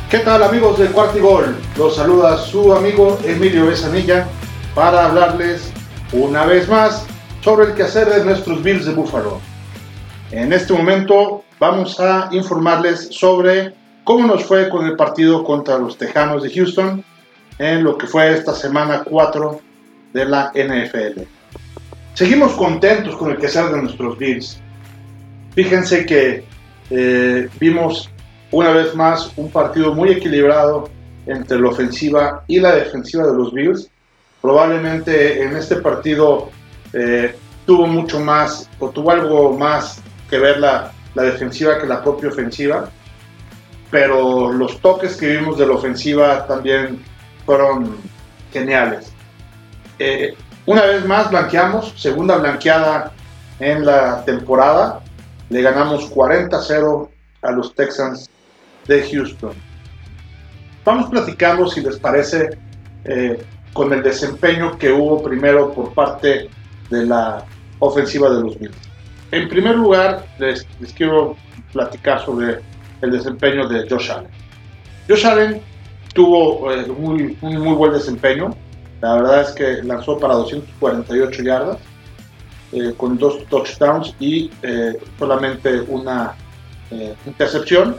¿Qué tal, amigos de Cuarto y Gol? Los saluda su amigo Emilio Besanilla para hablarles una vez más sobre el quehacer de nuestros Bills de Buffalo. En este momento vamos a informarles sobre cómo nos fue con el partido contra los Tejanos de Houston en lo que fue esta semana 4 de la NFL. Seguimos contentos con el quehacer de nuestros Bills. Fíjense que vimos una vez más un partido muy equilibrado entre la ofensiva y la defensiva de los Bills. Probablemente en este partido tuvo mucho más, o tuvo algo más que ver la defensiva que la propia ofensiva, pero los toques que vimos de la ofensiva también fueron geniales. Una vez más blanqueamos, segunda blanqueada en la temporada, le ganamos 40-0 a los Texans de Houston. Vamos platicando, si les parece, con el desempeño que hubo primero por parte de la ofensiva de los Bills. En primer lugar, les quiero platicar sobre el desempeño de Josh Allen. Josh Allen tuvo un muy buen desempeño. La verdad es que lanzó para 248 yardas, con 2 touchdowns y solamente una intercepción.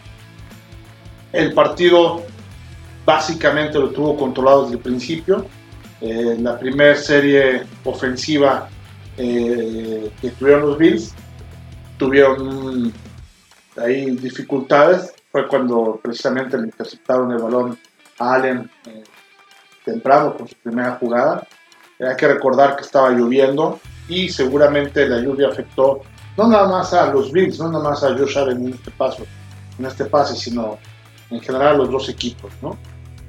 El partido básicamente lo tuvo controlado desde el principio. La primera serie ofensiva que tuvieron los Bills tuvieron ahí dificultades. Fue cuando precisamente le interceptaron el balón a Allen temprano con su primera jugada. Hay que recordar que estaba lloviendo y seguramente la lluvia afectó no nada más a los Bills, no nada más a Josh Allen en este pase, sino en general a los dos equipos, ¿no?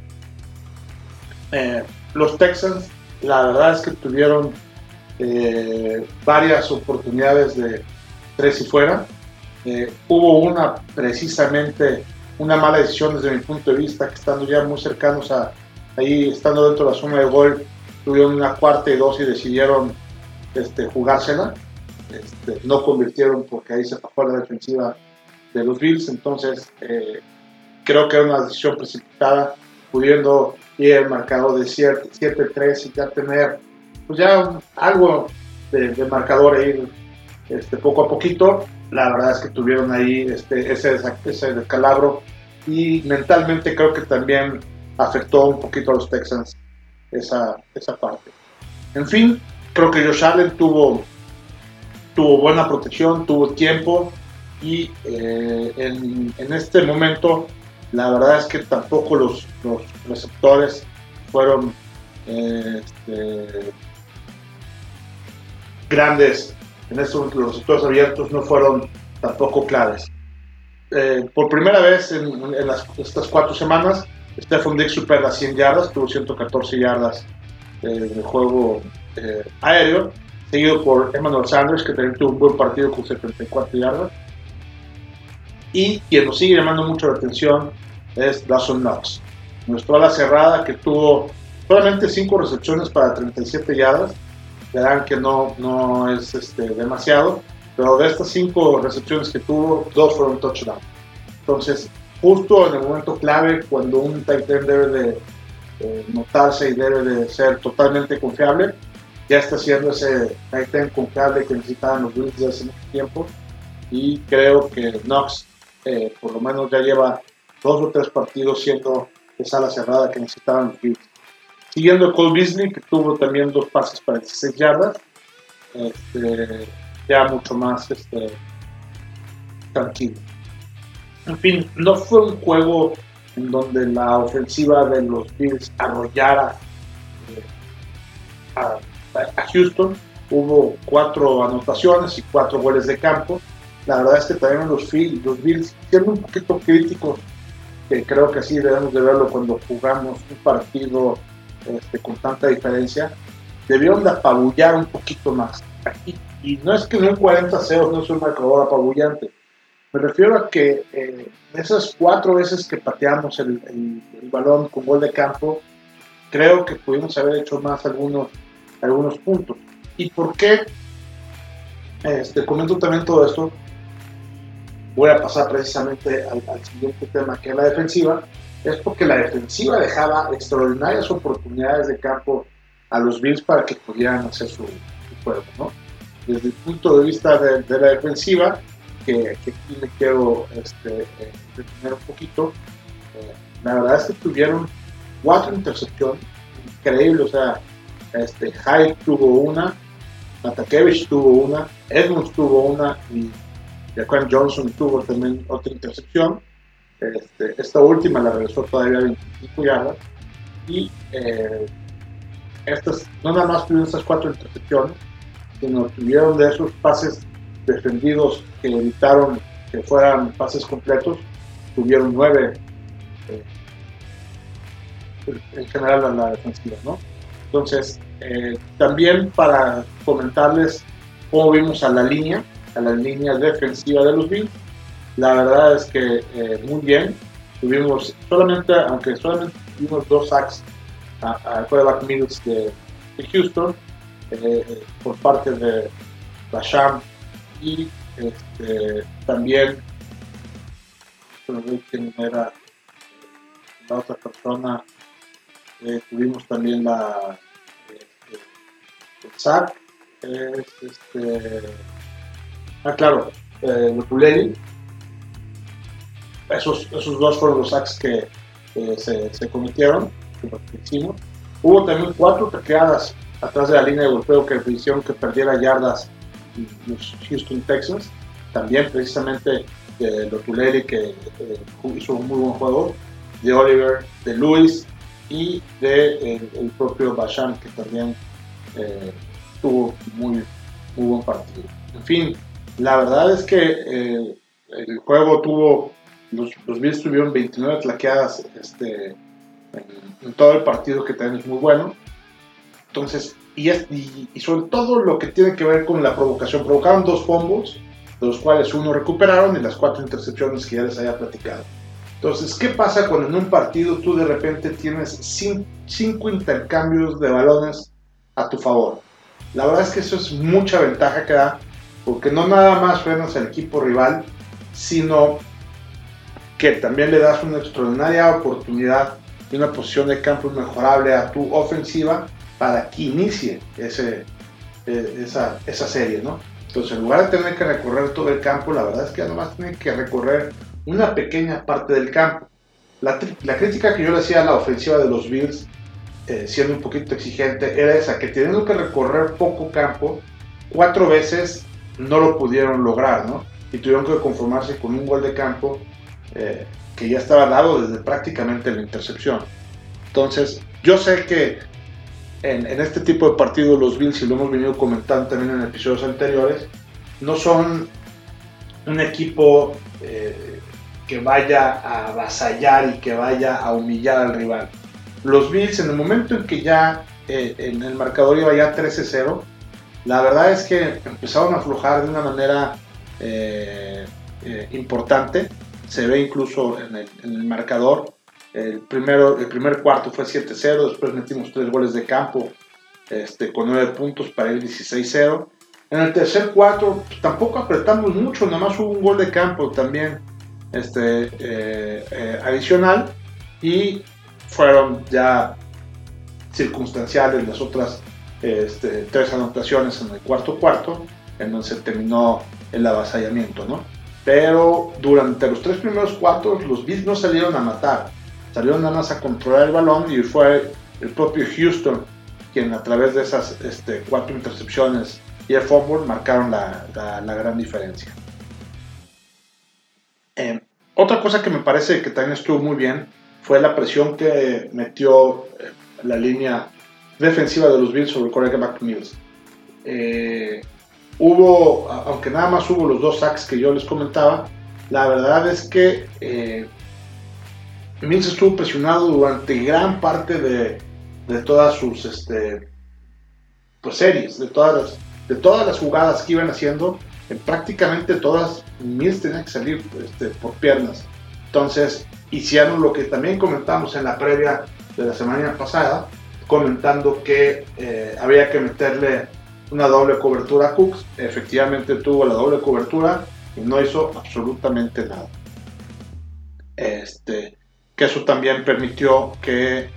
Los Texans, la verdad es que tuvieron varias oportunidades de 3 y fuera. Hubo precisamente una mala decisión desde mi punto de vista, que estando ya muy cercanos ahí, estando dentro de la zona de gol, tuvieron una 4ª y 2 y decidieron jugársela. No convirtieron porque ahí se bajó la defensiva de los Bills. Entonces creo que era una decisión precipitada, pudiendo ir el marcador de 7-3 y ya tener pues ya algo de marcador ahí poco a poquito. La verdad es que tuvieron ahí ese descalabro y mentalmente creo que también afectó un poquito a los Texans esa parte. En fin, creo que Josh Allen tuvo buena protección, tuvo tiempo y en este momento la verdad es que tampoco los receptores fueron grandes. En estos los receptores abiertos no fueron tampoco claves. Por primera vez en estas 4 semanas, Stefon Diggs supera las 100 yardas, tuvo 114 yardas de juego aéreo, seguido por Emmanuel Sanders, que también tuvo un buen partido con 74 yardas. Y quien nos sigue llamando mucho la atención es Dawson Knox, nuestro ala cerrada, que tuvo solamente 5 recepciones para 37 yardas. Verán que no es demasiado, pero de estas 5 recepciones que tuvo, 2 fueron touchdown. Entonces, justo en el momento clave, cuando un tight end debe de notarse y debe de ser totalmente confiable, ya está siendo ese tight end confiable que necesitaban los Bills desde hace mucho tiempo. Y creo que Knox por lo menos ya lleva 2 o 3 partidos siendo esa ala cerrada que necesitaban los Bills. Siguiendo Cole Beasley, que tuvo también 2 pases para 16 yardas, ya mucho más tranquilo. En fin, no fue un juego en donde la ofensiva de los Bills arrollara a Houston. Hubo 4 anotaciones y 4 goles de campo. La verdad es que también los Bills, siendo un poquito críticos, que creo que así debemos de verlo cuando jugamos un partido con tanta diferencia, debieron de apabullar un poquito más. Y no es que un 40-0 no sea un marcador apabullante. Me refiero a que esas 4 veces que pateamos el balón con gol de campo, creo que pudimos haber hecho más algunos puntos. ¿Y por qué comento también todo esto? voy a pasar precisamente al siguiente tema, que es la defensiva, es porque la defensiva dejaba extraordinarias oportunidades de campo a los Bills para que pudieran hacer su juego, ¿no? Desde el punto de vista de la defensiva, que aquí me quiero detener un poquito, la verdad es que tuvieron 4 intercepciones, increíble, o sea, Hyde tuvo una, Matakevich tuvo una, Edmonds tuvo una y Jaquan Johnson tuvo también otra intercepción. Esta última la regresó todavía a 25 yardas y no nada más tuvieron estas 4 intercepciones, sino tuvieron de esos pases defendidos que evitaron que fueran pases completos, tuvieron 9 en general a la defensiva, ¿no? Entonces, también para comentarles cómo vimos a la línea defensiva de los Bills, la verdad es que muy bien. Tuvimos aunque solamente tuvimos 2 sacks al quarterback Mills de Houston por parte de Basham y también no sé quién era la otra persona. Tuvimos también el sack claro, Lotulelli. Esos 2 fueron los sacks que se cometieron, que hicimos. Hubo también 4 tacleadas atrás de la línea de golpeo que hicieron que perdiera yardas los Houston Texans. También precisamente de Lotulelli, que hizo un muy buen juego, de Oliver, de Lewis y de el propio Basham, que también tuvo muy buen partido. En fin, la verdad es que el juego tuvo, los Bills tuvieron 29 tacleadas en todo el partido, que también es muy bueno. Entonces, y sobre todo lo que tiene que ver con la provocación, provocaron 2 fumbles, de los cuales 1 recuperaron, y las 4 intercepciones que ya les había platicado. Entonces, ¿qué pasa cuando en un partido tú de repente tienes 5 intercambios de balones a tu favor? La verdad es que eso es mucha ventaja que da, porque no nada más frenas al equipo rival, sino que también le das una extraordinaria oportunidad y una posición de campo mejorable a tu ofensiva para que inicie esa serie, ¿no? Entonces, en lugar de tener que recorrer todo el campo, la verdad es que ya nomás tienen que recorrer una pequeña parte del campo. La crítica que yo le hacía a la ofensiva de los Bills, siendo un poquito exigente, era esa, que teniendo que recorrer poco campo, 4 veces no lo pudieron lograr, ¿no? Y tuvieron que conformarse con un gol de campo que ya estaba dado desde prácticamente la intercepción. Entonces, yo sé que en este tipo de partidos los Bills, y lo hemos venido comentando también en episodios anteriores, no son un equipo que vaya a avasallar y que vaya a humillar al rival. Los Bills, en el momento en que ya en el marcador iba ya 13-0, la verdad es que empezaron a aflojar de una manera importante. Se ve incluso en el marcador. El primer cuarto fue 7-0, después metimos 3 goles de campo con 9 puntos para ir 16-0. En el tercer cuarto pues, tampoco apretamos mucho, nada más hubo un gol de campo también adicional, y fueron ya circunstanciales las otras 3 anotaciones en el cuarto, en donde se terminó el avasallamiento, ¿no? Pero durante los 3 primeros cuartos los Bills no salieron a matar, salieron nada más a controlar el balón, y fue el propio Houston quien a través de esas 4 intercepciones y el fumble marcaron la gran diferencia. Otra cosa que me parece que también estuvo muy bien fue la presión que metió la línea defensiva de los Bills sobre el quarterback Mills. Aunque nada más hubo los 2 sacks que yo les comentaba, la verdad es que Mills estuvo presionado durante gran parte de todas sus series, de todas las jugadas que iban haciendo. En prácticamente todas, Mills tenía que salir por piernas. Entonces hicieron lo que también comentamos en la previa de la semana pasada, comentando que había que meterle una doble cobertura a Cooks. Efectivamente tuvo la doble cobertura, y no hizo absolutamente nada. Que eso también permitió que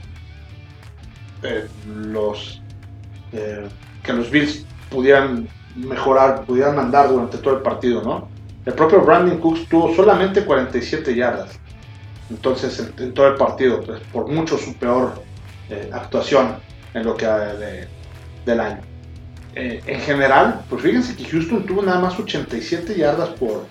los Bills pudieran mejorar, pudieran andar durante todo el partido, ¿no? El propio Brandon Cooks tuvo solamente 47 yardas, entonces en todo el partido, pues, por mucho su peor actuación en lo que del año. En general, pues fíjense que Houston tuvo nada más 87 yardas por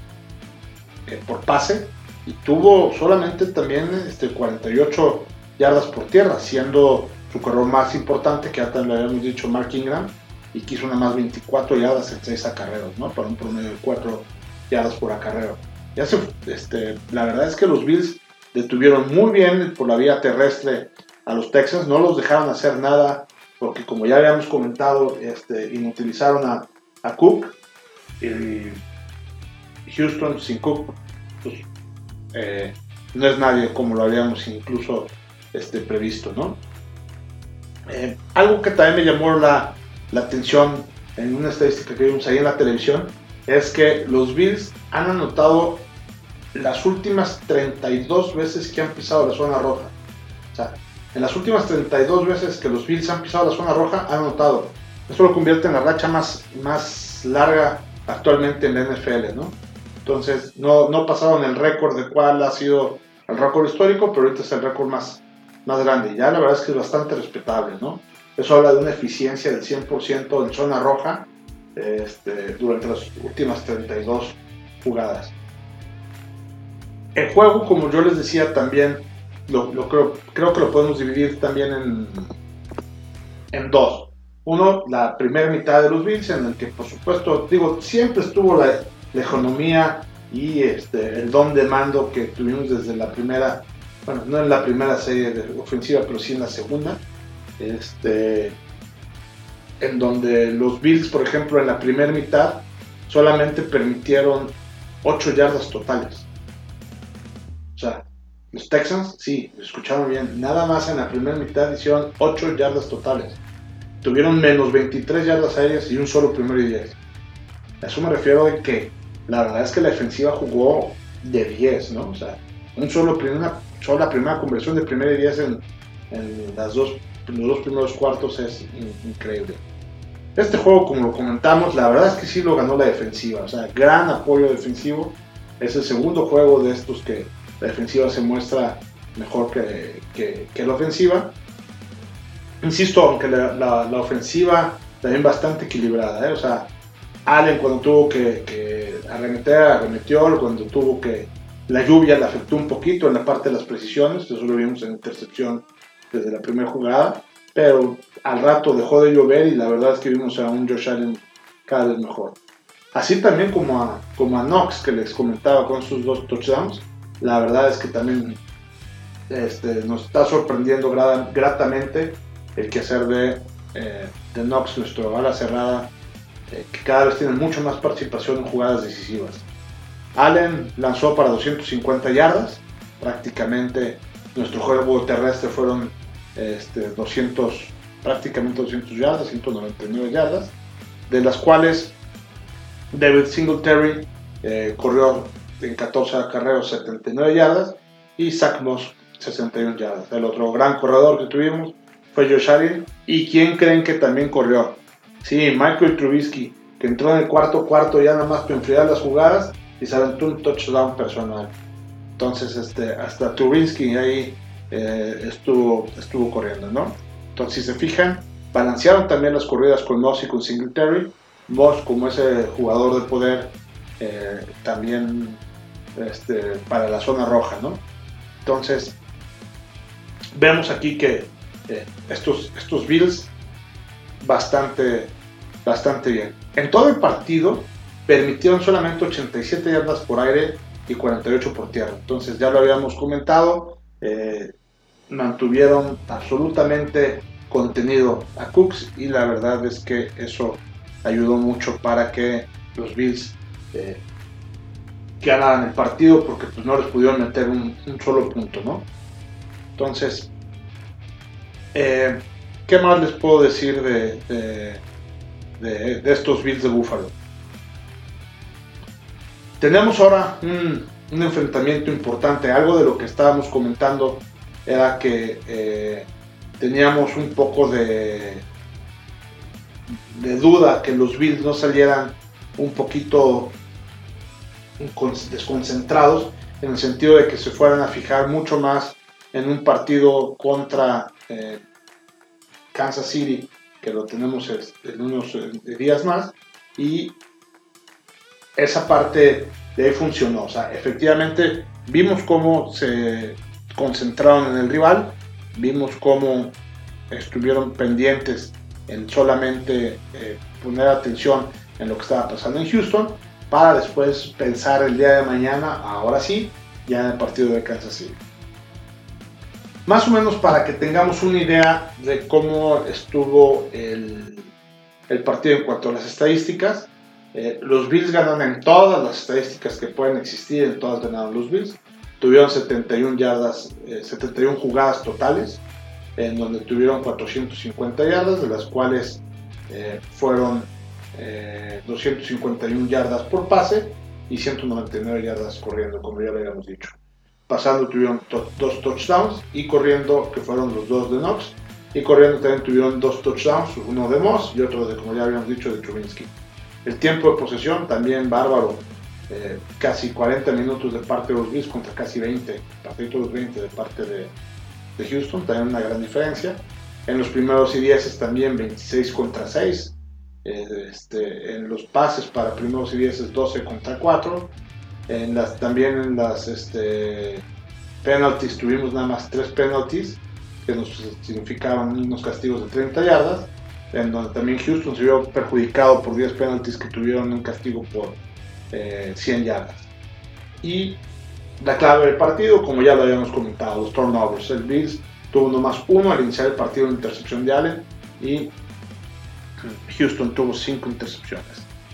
pase y tuvo solamente también 48 yardas por tierra, siendo su corredor más importante, que ya le habíamos dicho, Mark Ingram, y que hizo nada más 24 yardas en 6 acarreos, ¿no? Para un promedio de 4 yardas por acarreo. La verdad es que los Bills detuvieron muy bien por la vía terrestre a los Texans, no los dejaron hacer nada, porque como ya habíamos comentado, inutilizaron a Cook, y Houston sin Cook, pues, no es nadie como lo habíamos incluso previsto, ¿no? Algo que también me llamó la atención en una estadística que vimos ahí en la televisión es que los Bills han anotado las últimas 32 veces que han pisado la zona roja. O sea, en las últimas 32 veces que los Bills han pisado la zona roja, han anotado. Esto lo convierte en la racha más larga actualmente en la NFL, ¿no? Entonces, no pasaron el récord de cuál ha sido el récord histórico, pero ahorita es el récord más grande. Ya la verdad es que es bastante respetable, ¿no? Eso habla de una eficiencia del 100% en zona roja durante las últimas 32 jugadas. El juego, como yo les decía, también creo que lo podemos dividir también en dos. Uno, la primera mitad de los Bills, en el que, por supuesto, siempre estuvo la economía y el don de mando que tuvimos desde la primera, bueno, no en la primera serie de ofensiva, pero sí en la segunda, en donde los Bills, por ejemplo, en la primera mitad solamente permitieron 8 yardas totales. O sea, los Texans, sí, lo escucharon bien, nada más en la primera mitad hicieron 8 yardas totales. Tuvieron menos 23 yardas aéreas y un solo primero y 10. A eso me refiero de que la verdad es que la defensiva jugó de 10, ¿no? O sea, la primera conversión de primera y 10 en los dos primeros cuartos es increíble. Este juego, como lo comentamos, la verdad es que sí lo ganó la defensiva. O sea, gran apoyo defensivo. Es el segundo juego de estos que la defensiva se muestra mejor que la ofensiva. Insisto, aunque la ofensiva también bastante equilibrada, O sea, Allen cuando tuvo que arremetió, cuando tuvo que... La lluvia le afectó un poquito en la parte de las precisiones, eso lo vimos en intercepción desde la primera jugada, pero al rato dejó de llover y la verdad es que vimos a un Josh Allen cada vez mejor. Así también como a Knox, que les comentaba con sus 2 touchdowns, la verdad es que también nos está sorprendiendo gratamente el quehacer de Knox, nuestro ala cerrada, que cada vez tiene mucho más participación en jugadas decisivas. Allen lanzó para 250 yardas, prácticamente nuestro juego terrestre fueron prácticamente 200 yardas, 199 yardas, de las cuales David Singletary corrió en 14 acarreos 79 yardas y Zach Moss 61 yardas. El otro gran corredor que tuvimos fue Josh Allen. ¿Y quién creen que también corrió? Sí, Michael Trubisky, que entró en el cuarto ya nada más para enfriar las jugadas y se aventó un touchdown personal. Entonces hasta Trubisky ahí estuvo corriendo, ¿no? Entonces, si se fijan, balancearon también las corridas con Moss y con Singletary. Moss como ese jugador de poder también para la zona roja, ¿no? Entonces vemos aquí que estos Bills bastante bien. En todo el partido permitieron solamente 87 yardas por aire y 48 por tierra. Entonces ya lo habíamos comentado, mantuvieron absolutamente contenido a Cooks y la verdad es que eso ayudó mucho para que los Bills ganaran el partido, porque pues no les pudieron meter un solo punto, ¿no? Entonces, ¿qué más les puedo decir de estos Bills de Buffalo? Tenemos ahora un enfrentamiento importante. Algo de lo que estábamos comentando era que teníamos un poco de duda que los Bills no salieran un poquito desconcentrados, en el sentido de que se fueran a fijar mucho más en un partido contra Kansas City, que lo tenemos en unos días más, y esa parte de ahí funcionó. O sea, efectivamente vimos cómo se concentraron en el rival, vimos cómo estuvieron pendientes en solamente poner atención en lo que estaba pasando en Houston, para después pensar el día de mañana, ahora sí, ya en el partido de Kansas City. Más o menos para que tengamos una idea de cómo estuvo el partido en cuanto a las estadísticas. Los Bills ganaron en todas las estadísticas que pueden existir, en todas ganaron los Bills. Tuvieron 71 jugadas totales, en donde tuvieron 450 yardas, de las cuales fueron 251 yardas por pase y 199 yardas corriendo, como ya lo habíamos dicho. Pasando tuvieron dos touchdowns, y corriendo, que fueron los dos de Knox, y corriendo también tuvieron dos touchdowns, uno de Moss y otro de, como ya habíamos dicho, de Trubinsky. El tiempo de posesión también bárbaro, casi 40 minutos de parte de los Bills contra casi 20, partidos los 20 de parte de Houston, también una gran diferencia. En los primeros y 10 también 26 contra 6, en los pases para primeros y 10 12 contra 4, también en las penalties tuvimos nada más 3 penalties que nos significaron unos castigos de 30 yardas, en donde también Houston se vio perjudicado por 10 penalties que tuvieron un castigo por 100 yardas. Y la clave del partido, como ya lo habíamos comentado, los turnovers. El Bills tuvo nomás uno al iniciar el partido, una intercepción de Allen, y Houston tuvo 5 intercepciones.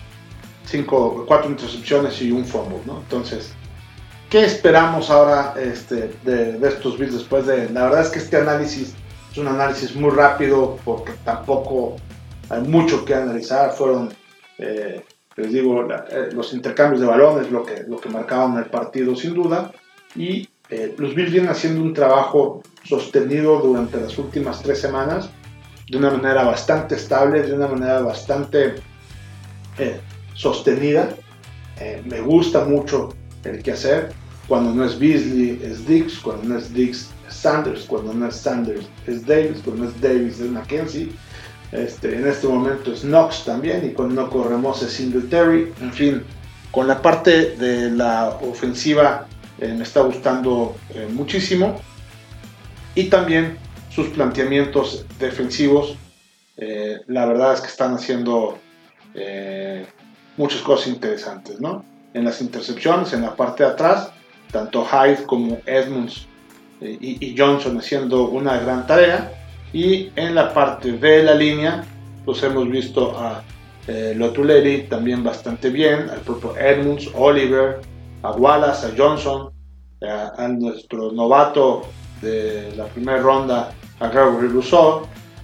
4 intercepciones y un fumble, ¿no? Entonces, ¿qué esperamos ahora de estos Bills después de...? La verdad es que este análisis es un análisis muy rápido, porque tampoco hay mucho que analizar. Fueron, les digo, los intercambios de balones lo que marcaban el partido sin duda, y los Bills vienen haciendo un trabajo sostenido durante las últimas 3 semanas de una manera bastante estable, de una manera bastante sostenida. Me gusta mucho el que hacer. Cuando no es Beasley es Diggs, cuando no es Diggs es Sanders, cuando no es Sanders es Davis, cuando no es Davis es McKenzie, en este momento es Knox también, y cuando no corremos es Singletary. En fin, con la parte de la ofensiva me está gustando muchísimo, y también sus planteamientos defensivos. La verdad es que están haciendo muchas cosas interesantes, ¿no? En las intercepciones, en la parte de atrás, tanto Hyde como Edmonds y Johnson haciendo una gran tarea, y en la parte de la línea pues hemos visto a Lotulelli también bastante bien, al propio Edmonds, Oliver, a Wallace, a Johnson, a nuestro novato de la primera ronda, a Gregory Rousseau,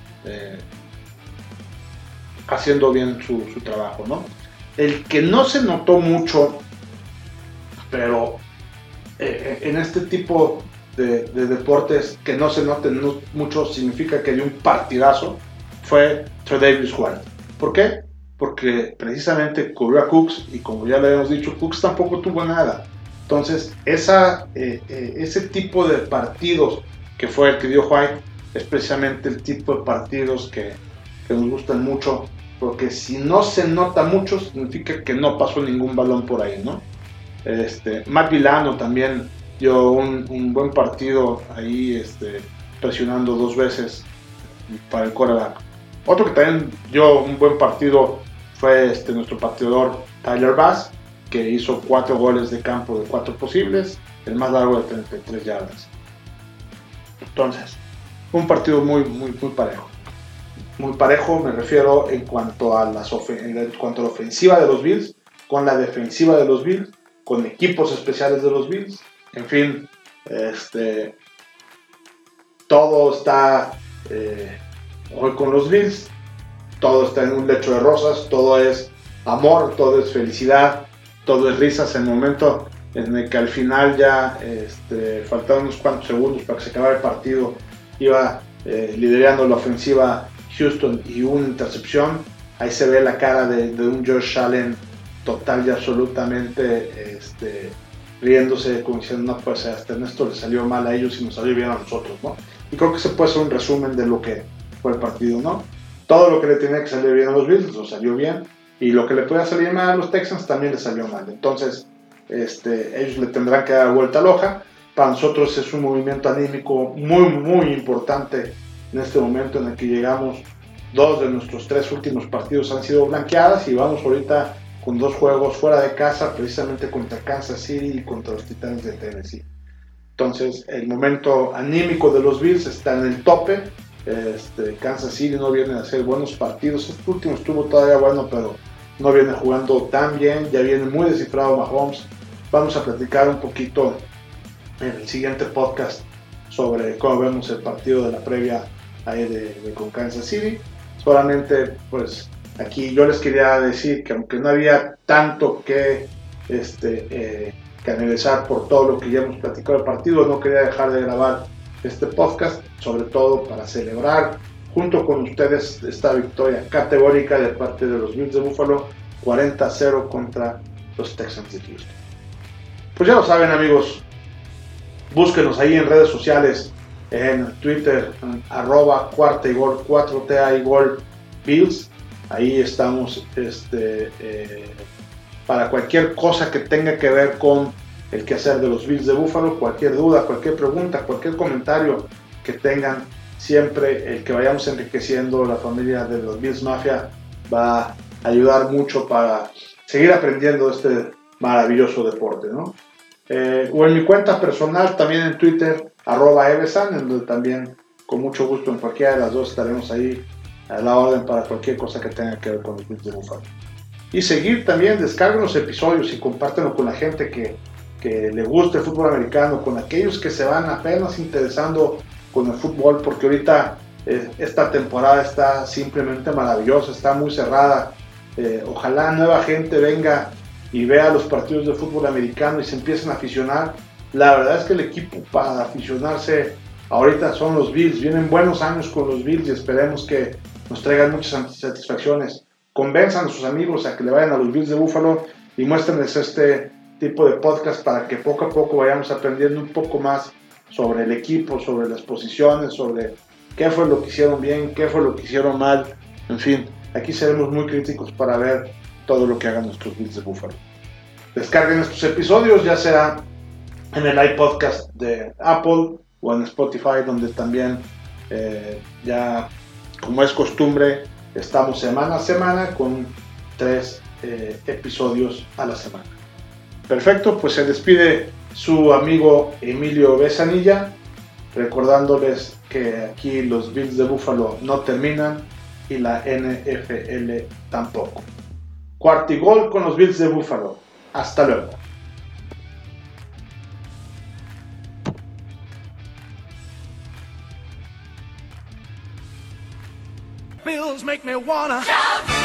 haciendo bien su trabajo, ¿no? El que no se notó mucho, pero en este tipo de deportes que no se noten mucho significa que dio un partidazo, fue Tre'Davious White. ¿Por qué? Porque precisamente cubrió a Cooks, y como ya le habíamos dicho, Cooks tampoco tuvo nada. Entonces ese tipo de partidos que fue el que dio White es precisamente el tipo de partidos que nos gustan mucho, porque si no se nota mucho significa que no pasó ningún balón por ahí, ¿no? Matt Milano también dio un buen partido ahí, presionando 2 veces para el quarterback. Otro que también dio un buen partido fue nuestro pateador Tyler Bass, que hizo 4 goles de campo de 4 posibles, el más largo de 33 yardas. Entonces, un partido muy, muy, muy parejo. Muy parejo me refiero en cuanto a la ofensiva de los Bills, con la defensiva de los Bills, con equipos especiales de los Bills. En fin, todo está hoy con los Bills, todo está en un lecho de rosas, todo es amor, todo es felicidad, todo es risas. En el momento en el que al final ya faltaban unos cuantos segundos para que se acabara el partido, iba liderando la ofensiva Houston y una intercepción, ahí se ve la cara de un Josh Allen total y absolutamente riéndose, como diciendo, no puede ser, hasta en esto le salió mal a ellos y nos salió bien a nosotros, ¿no? Y creo que se puede hacer un resumen de lo que fue el partido, ¿no? Todo lo que le tenía que salir bien a los Bills, lo salió bien, y lo que le podía salir mal a los Texans también le salió mal. Entonces, ellos le tendrán que dar vuelta a la hoja. Para nosotros es un movimiento anímico muy, muy importante en este momento en el que llegamos. 2 de nuestros 3 últimos partidos han sido blanqueadas y vamos ahorita con 2 juegos fuera de casa, precisamente contra Kansas City y contra los Titanes de Tennessee. Entonces, el momento anímico de los Bills está en el tope. Kansas City no viene a hacer buenos partidos. Este último estuvo todavía bueno, pero no viene jugando tan bien. Ya viene muy descifrado Mahomes. Vamos a platicar un poquito en el siguiente podcast sobre cómo vemos el partido de la previa ahí con Kansas City. Solamente, pues, aquí yo les quería decir que aunque no había tanto que analizar por todo lo que ya hemos platicado del partido, no quería dejar de grabar este podcast, sobre todo para celebrar junto con ustedes esta victoria categórica de parte de los Bills de Buffalo, 40-0 contra los Texans de Houston. Pues ya lo saben, amigos, búsquenos ahí en redes sociales, en Twitter, @cuarta y gol, 4TA y gol Bills. Ahí estamos para cualquier cosa que tenga que ver con el quehacer de los Bills de Buffalo, cualquier duda, cualquier pregunta, cualquier comentario que tengan, siempre el que vayamos enriqueciendo la familia de los Bills Mafia va a ayudar mucho para seguir aprendiendo este maravilloso deporte, ¿no? O en mi cuenta personal, también en Twitter, @evesan, en donde también con mucho gusto en cualquiera de las dos estaremos ahí a la orden para cualquier cosa que tenga que ver con los Bills de Buffalo. Y seguir también, descarguen los episodios y compártenlo con la gente que le gusta el fútbol americano, con aquellos que se van apenas interesando con el fútbol, porque ahorita esta temporada está simplemente maravillosa, está muy cerrada. Ojalá nueva gente venga y vea los partidos de fútbol americano y se empiecen a aficionar. La verdad es que el equipo para aficionarse ahorita son los Bills. Vienen buenos años con los Bills y esperemos que nos traigan muchas satisfacciones. Convenzan a sus amigos a que le vayan a los Bills de Buffalo y muéstrenles este tipo de podcast para que poco a poco vayamos aprendiendo un poco más sobre el equipo, sobre las posiciones, sobre qué fue lo que hicieron bien, qué fue lo que hicieron mal. En fin, aquí seremos muy críticos para ver todo lo que hagan nuestros Bills de Buffalo. Descarguen estos episodios, ya sea en el iPodcast de Apple o en Spotify, donde también ya, como es costumbre, estamos semana a semana con 3 episodios a la semana. Perfecto, pues se despide su amigo Emilio Besanilla, recordándoles que aquí los Bills de Buffalo no terminan y la NFL tampoco. Cuarto y gol con los Bills de Buffalo. Hasta luego. Bills make me wanna shout.